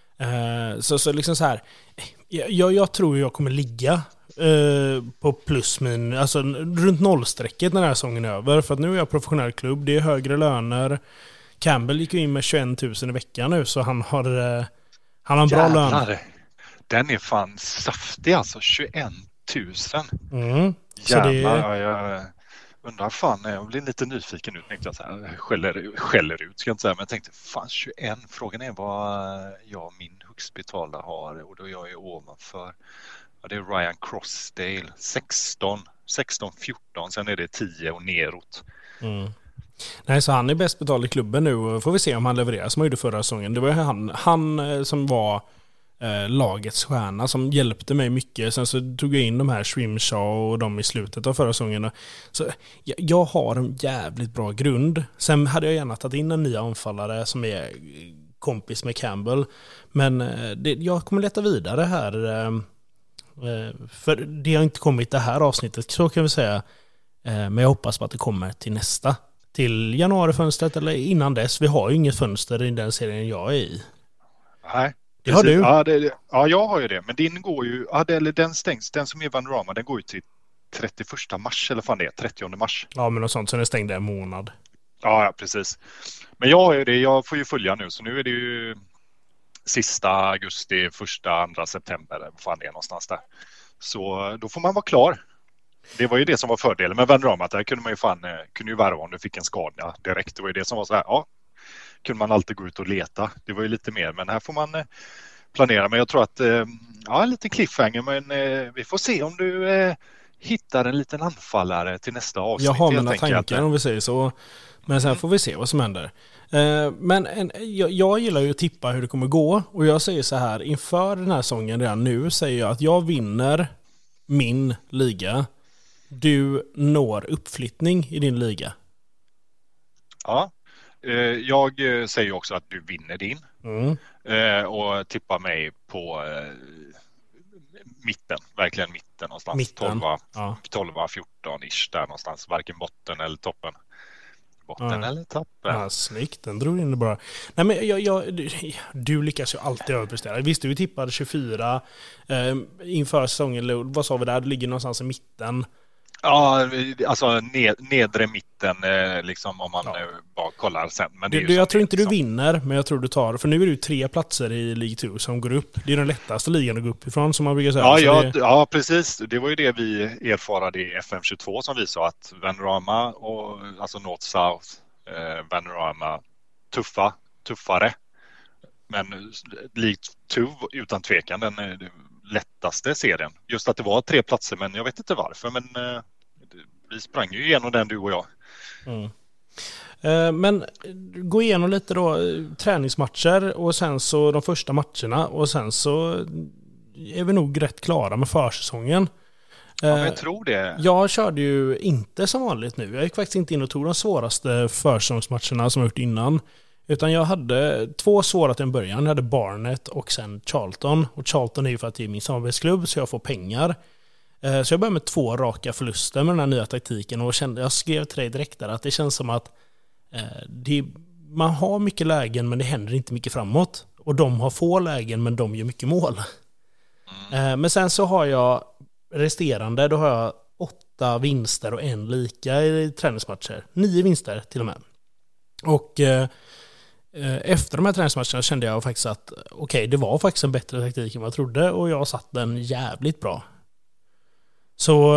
Speaker 1: Så liksom så här, jag tror jag kommer ligga på plus min, alltså runt nollstrecket när den här säsongen är över. För att nu är jag professionell klubb, det är högre löner. Campbell gick ju in med 21 000 i veckan nu, så han har en bra lön.
Speaker 2: Den är fan saftig alltså, 21 000.
Speaker 1: Mm.
Speaker 2: Jävlar, jag undrar fan, jag blir lite nyfiken nu, tänkte jag så här, skäller ut ska jag inte säga, men jag tänkte fan 21, frågan är vad jag och min högst betalda har, och då jag är ovanför. Ja, det är Ryan Crossdale, 16-14, sen är det 10 och neråt.
Speaker 1: Mm. Nej, så han är bäst betald i klubben nu, och får vi se om han levererar som han gjorde förra säsongen. Det var han som var lagets stjärna, som hjälpte mig mycket. Sen så tog jag in de här Shrimshaw och de i slutet av förra säsongen. Så jag har en jävligt bra grund. Sen hade jag gärna tagit in en ny anfallare som är kompis med Campbell. Men jag kommer leta vidare här. För det har inte kommit det här avsnittet, så kan vi säga. Men jag hoppas på att det kommer till nästa. till januarifönstret eller innan dess. Vi har ju inget fönster i den serien jag är i.
Speaker 2: Nej.
Speaker 1: Det har du?
Speaker 2: Ja, jag har ju det. Men din går ju, den stängs, den som är Vanrama, den går ju till 31 mars eller fan det är, 30 mars.
Speaker 1: Ja, men något sånt, så den stängde en månad.
Speaker 2: Ja, precis. Men jag har ju det, jag får ju följa nu, så nu är det ju sista augusti, 1-2 september, vad fan det är någonstans där. Så då får man vara klar. Det var ju det som var fördelen med Vanrama, där kunde man ju kunde ju värva om du fick en skada direkt. Det var ju det som var så här, ja, kunde man alltid gå ut och leta. Det var ju lite mer, men här får man planera. Men jag tror att, ja, en liten cliffhanger, men vi får se om du hittar en liten anfallare till nästa avsnitt.
Speaker 1: Jag har mina tankar om vi säger så, men sen får vi se vad som händer. Men jag gillar ju att tippa hur det kommer gå, och jag säger så här, inför den här säsongen redan nu säger jag att jag vinner min liga. Du når uppflyttning i din liga.
Speaker 2: Ja, jag säger också att du vinner din. Och tippar mig på mitten, verkligen mitten någonstans.
Speaker 1: Mitten.
Speaker 2: 12-14-ish där någonstans, varken botten eller toppen. Botten eller toppen.
Speaker 1: Ja, snyggt, den drog in det bara. Nej, men du lyckas ju alltid överprestera. Visst, du tippade 24 inför säsongen. Vad sa vi där? Du ligger någonstans i mitten.
Speaker 2: Ja, alltså nedre mitten liksom, om man bara kollar sen. Men
Speaker 1: jag tror inte du vinner, men jag tror du tar. För nu är det ju 3 platser i League 2 som går upp. Det är den lättaste ligan att gå upp ifrån, som man brukar säga.
Speaker 2: Ja, precis. Det var ju det vi erfarade i FM22 som vi sa, att Vanrama och alltså North-South, Vanrama tuffare. Men League 2 utan tvekan den lättaste serien. Just att det var 3 platser, men jag vet inte varför. Men vi sprang ju igenom den, du och jag.
Speaker 1: Men gå igenom lite då träningsmatcher och sen så de första matcherna, och sen så är vi nog rätt klara med försäsongen.
Speaker 2: Ja, men jag tror det.
Speaker 1: Jag körde ju inte som vanligt nu. Jag gick faktiskt inte in och tog de svåraste försäsongsmatcherna som jag gjort innan. Utan jag hade 2 svåra till en början. Jag hade Barnet och sen Charlton. Och Charlton är ju för att det är min samarbetsklubb, så jag får pengar. Så jag började med 2 raka förluster med den här nya taktiken. Och jag skrev till dig direkt där att det känns som att man har mycket lägen, men det händer inte mycket framåt. Och de har få lägen, men de gör mycket mål. Men sen så har jag resterande, då har jag 8 vinster och 1 lika i träningsmatcher. 9 vinster till och med. Och efter de här träningsmatcherna kände jag faktiskt att okej, det var faktiskt en bättre taktik än vad jag trodde, och jag satt den jävligt bra. Så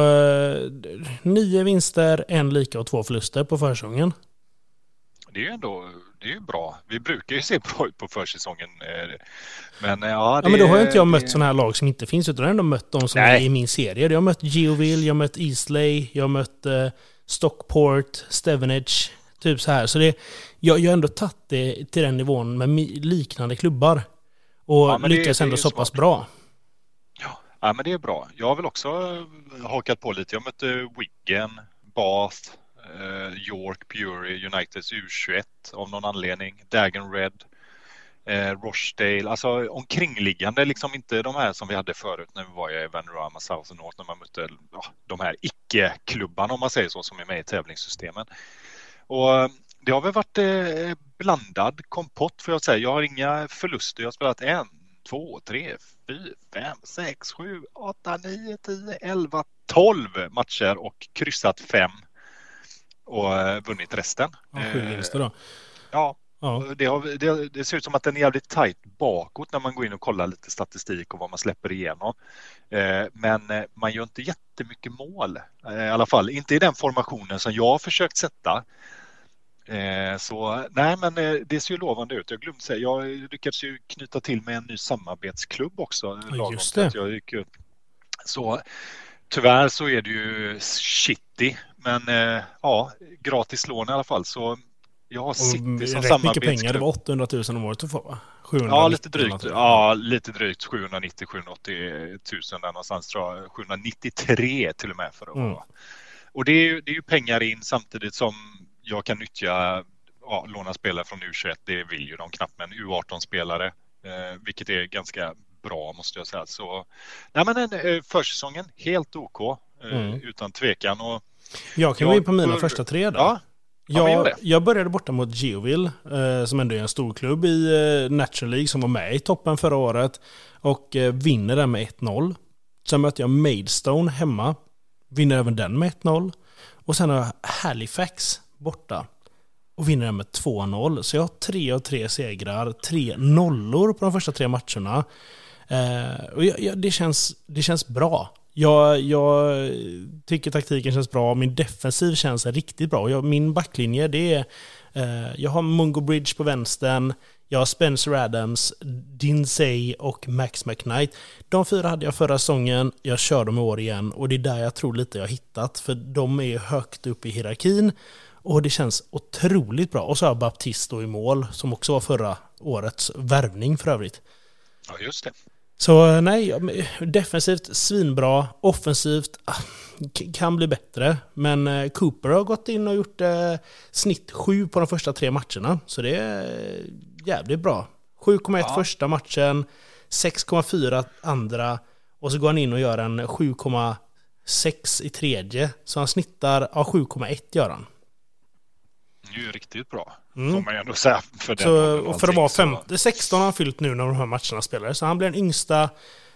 Speaker 1: 9 vinster, 1 lika och 2 förluster på försäsongen.
Speaker 2: Det är ju ändå, det är ju bra. Vi brukar ju se bra ut på försäsongen. Men ja,
Speaker 1: men då har jag inte mött sådana här lag som inte finns, utan jag har ändå mött de som är i min serie. Jag har mött Geoville, jag har mött Eastley, jag har mött Stockport, Stevenage, typ så här. Så jag har ändå tagit det till den nivån med liknande klubbar. Och lyckas ändå så pass bra.
Speaker 2: Ja, men det är bra. Jag har väl också hakat på lite. Jag mötte Wigan, Bath, York, Bury, Uniteds U21 av någon anledning. Dagen Red, Rochdale. Alltså omkringliggande, liksom inte de här som vi hade förut när vi var i Vanrama, South and North, när man mötte de här icke-klubbarna, om man säger så, som är med i tävlingssystemen. Och det har väl varit blandad kompott, för jag säga. Jag har inga förluster. Jag har spelat 1, 2, 3, 4, 5, 6, 7, 8, 9, 10, 11, 12 matcher och kryssat 5 och vunnit resten.
Speaker 1: Ja, 7 vinster då.
Speaker 2: Ja. Det ser ut som att den är jävligt tajt bakåt när man går in och kollar lite statistik och vad man släpper igenom. Men man gör inte jättemycket mål. I alla fall inte i den formationen som jag har försökt sätta. Så nej, men det ser ju lovande ut. Jag glömde säga, jag lyckades ju knyta till med en ny samarbetsklubb också.
Speaker 1: Ja, just det.
Speaker 2: Så tyvärr så är det ju shitty. Men gratis lån i alla fall. Så jag har City som samarbetsklubb.
Speaker 1: Mycket pengar, det var 800 000 om året att få, va? 790,
Speaker 2: ja, lite drygt. Ja, lite drygt 790-780 000 där någonstans, tror jag. 793 till och med för att vara. Och det är ju pengar in, samtidigt som jag kan nyttja låna spelare från U21. Det vill ju de knappt, men U18-spelare, vilket är ganska bra, måste jag säga. Så nej, men försäsongen helt OK, utan tvekan. Och
Speaker 1: jag kan gå in på mina första 3 då.
Speaker 2: Ja,
Speaker 1: Jag började borta mot Geoville, som ändå är en stor klubb i National League som var med i toppen förra året. Och vinner den med 1-0. Sen möter jag Maidstone hemma. Vinner även den med 1-0. Och sen har jag Halifax borta. Och vinner den med 2-0. Så jag har 3 av 3 segrar. 3 nollor på de första 3 matcherna. Och det känns bra. Jag tycker taktiken känns bra. Min defensiv känns riktigt bra. Min backlinje, det är... jag har Mungo Bridge på vänstern. Jag har Spencer Adams, Dinsey och Max McKnight. De 4 hade jag förra säsongen. Jag kör dem i år igen. Och det är där jag tror lite jag har hittat. För de är högt upp i hierarkin. Och det känns otroligt bra. Och så har jag Baptisto i mål. Som också var förra årets värvning för övrigt.
Speaker 2: Ja, just det.
Speaker 1: Så nej, defensivt svinbra, offensivt kan bli bättre. Men Cooper har gått in och gjort snitt 7 på de första 3 matcherna. Så det är jävligt bra. 7,1 första matchen, 6,4 andra. Och så går han in och gör en 7,6 i tredje. Så han snittar 7,1 gör han.
Speaker 2: Det är ju riktigt bra. Får man ju ändå säga.
Speaker 1: Och för att vara 16 har han fyllt nu när de här matcherna spelar. Så han blir den yngsta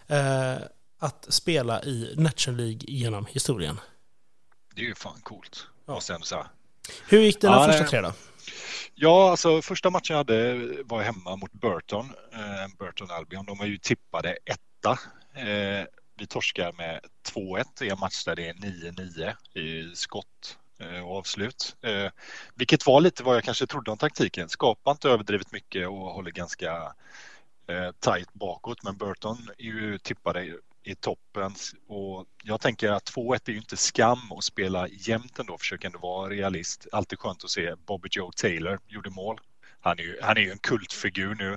Speaker 1: att spela i National League genom historien.
Speaker 2: Det är ju fan coolt. Måste jag ändå säga.
Speaker 1: Hur gick dina första 3 då?
Speaker 2: Ja, alltså första matchen jag hade var hemma mot Burton. Burton Albion. De var ju tippade 1. Vi torskar med 2-1 i en match där det är 9-9 i skott och avslut. Vilket var lite vad jag kanske trodde om taktiken. Skapar inte överdrivet mycket och håller ganska tajt bakåt. Men Burton är ju tippade i toppen. Och jag tänker att 2-1 är ju inte skam att spela jämnt ändå. Försöker ändå vara realist. Alltid skönt att se Bobby Joe Taylor gjorde mål. Han är ju en kultfigur nu.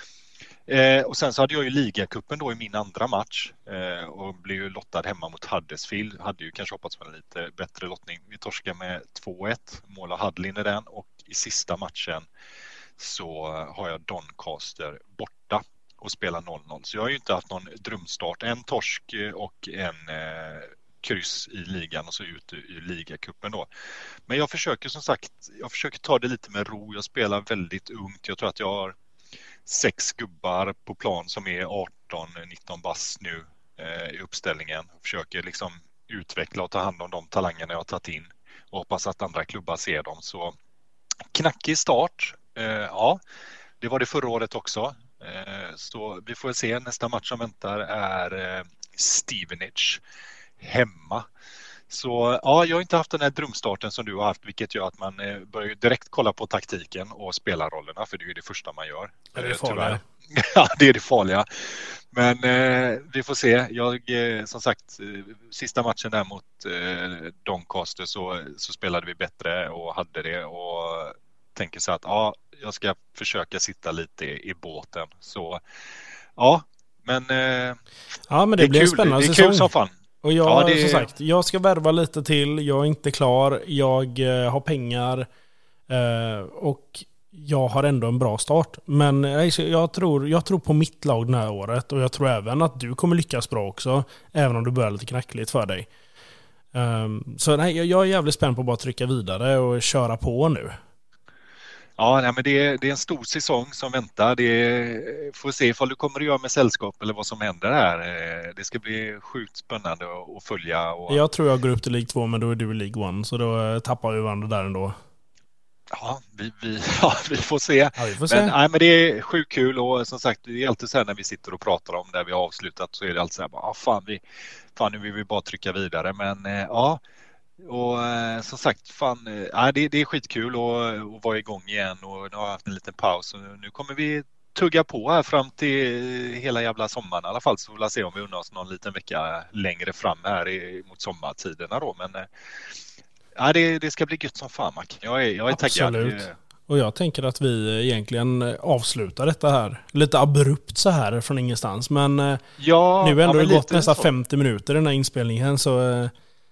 Speaker 2: Och sen så hade jag ju ligacupen då i min andra match och blev ju lottad hemma mot Huddersfield. Hade ju kanske hoppats på en lite bättre lottning. Vi torskade med 2-1, mål av Hudlin i den, och i sista matchen så har jag Doncaster borta och spelar 0-0. Så jag har ju inte haft någon drömstart. En torsk och en kryss i ligan och så ut i ligacupen då. Men jag försöker som sagt, ta det lite med ro. Jag spelar väldigt ungt. Jag tror att jag har 6 gubbar på plan som är 18-19 bast nu i uppställningen. Försöker liksom utveckla och ta hand om de talangerna jag har tagit in och hoppas att andra klubbar ser dem. Så knackig start. Ja, det var det förra året också. Så vi får se. Nästa match som väntar är Stevenage hemma. Så ja, jag har inte haft den här drömstarten som du har haft, vilket gör att man börjar direkt kolla på taktiken och spelarrollerna, för det är ju det första man gör.
Speaker 1: Det är det farliga.
Speaker 2: Ja, det är det farliga. Men vi får se. Jag, som sagt, sista matchen där mot Doncaster så spelade vi bättre och hade det, och tänker så att ja, jag ska försöka sitta lite i båten. Så ja, men
Speaker 1: det blir spännande.
Speaker 2: Det är kul som fan.
Speaker 1: Och jag, som sagt, jag ska värva lite till. Jag är inte klar. Jag har pengar. Och jag har ändå en bra start. Men jag tror på mitt lag det här året. Och jag tror även att du kommer lyckas bra också. Även om du börjar lite knackligt för dig. Så nej, jag är jävligt spänd på att bara trycka vidare och köra på nu.
Speaker 2: Ja, nej, men det är en stor säsong som väntar. Det får se ifall du kommer att göra med sällskap eller vad som händer här. Det ska bli sjukt spännande att följa. Och...
Speaker 1: Jag tror jag går upp till League 2, men då är du i League 1. Så då tappar vi varandra där ändå.
Speaker 2: Ja, vi får se.
Speaker 1: Ja, vi får se.
Speaker 2: Men det är sjukt kul, och som sagt, det är alltid så här när vi sitter och pratar om där vi har avslutat, så är det alltid så här, fan nu vill vi bara trycka vidare. Men ja, och som sagt, det är skitkul att vara igång igen, och nu har jag haft en liten paus, och nu kommer vi tugga på här fram till hela jävla sommaren i alla fall, så vi får se om vi unnar oss någon liten vecka längre fram här mot sommartiderna då. Men ja, det ska bli gött som fan, Mac. Jag är taggad.
Speaker 1: Och jag tänker att vi egentligen avslutar detta här lite abrupt så här från ingenstans. Men nu har ändå gått nästan 50 minuter i den här inspelningen, så...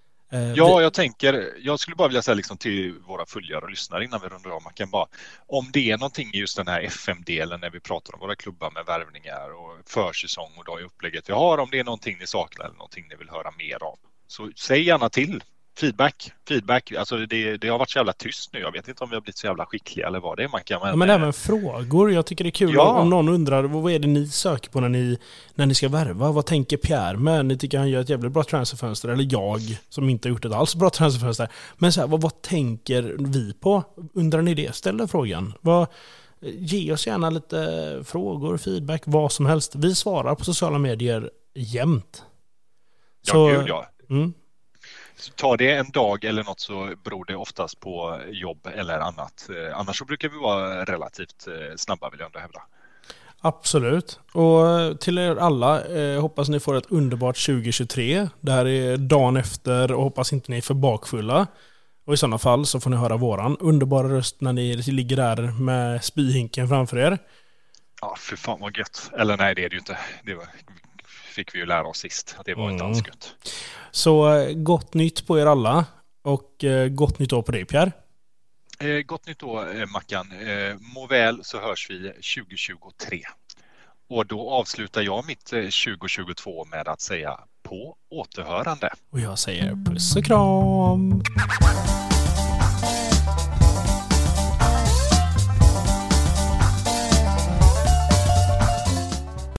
Speaker 1: jag skulle bara vilja säga liksom till våra följare och lyssnare innan vi rundar av, Mackan, bara om det är någonting i just den här FM-delen när vi pratar om våra klubbar med värvningar och försäsong och då i upplägget vi har, om det är någonting ni saknar eller någonting ni vill höra mer av, så säg gärna till.
Speaker 2: Feedback. Alltså det har varit så jävla tyst nu. Jag vet inte om vi har blivit så jävla skickliga eller vad det är, Mackan.
Speaker 1: Men även frågor. Jag tycker det är kul om någon undrar vad är det ni söker på när ni ska värva. Vad tänker Pierre med? Ni tycker han gör ett jävligt bra transferfönster. Eller jag som inte har gjort ett alls bra transferfönster. Men så här, vad tänker vi på? Undrar ni det? Ställ den frågan. Ge oss gärna lite frågor, feedback, vad som helst. Vi svarar på sociala medier jämt.
Speaker 2: Ja, gud ja. Så tar det en dag eller något så beror det oftast på jobb eller annat. Annars så brukar vi vara relativt snabba, vill jag ändå hävda.
Speaker 1: Absolut. Och till er alla, hoppas ni får ett underbart 2023. Det här är dagen efter och hoppas inte ni är för bakfulla. Och i sådana fall så får ni höra våran underbara röst när ni ligger där med spyhinken framför er.
Speaker 2: Ja, för fan vad gött. Eller nej, det är det ju inte. Fick vi ju lära oss sist. Att det var inte alls gött.
Speaker 1: Så gott nytt på er alla. Och gott nytt år på dig, Pierre.
Speaker 2: Gott nytt år, Mackan. Må väl så hörs vi 2023. Och då avslutar jag mitt 2022 med att säga på återhörande.
Speaker 1: Och jag säger puss och kram.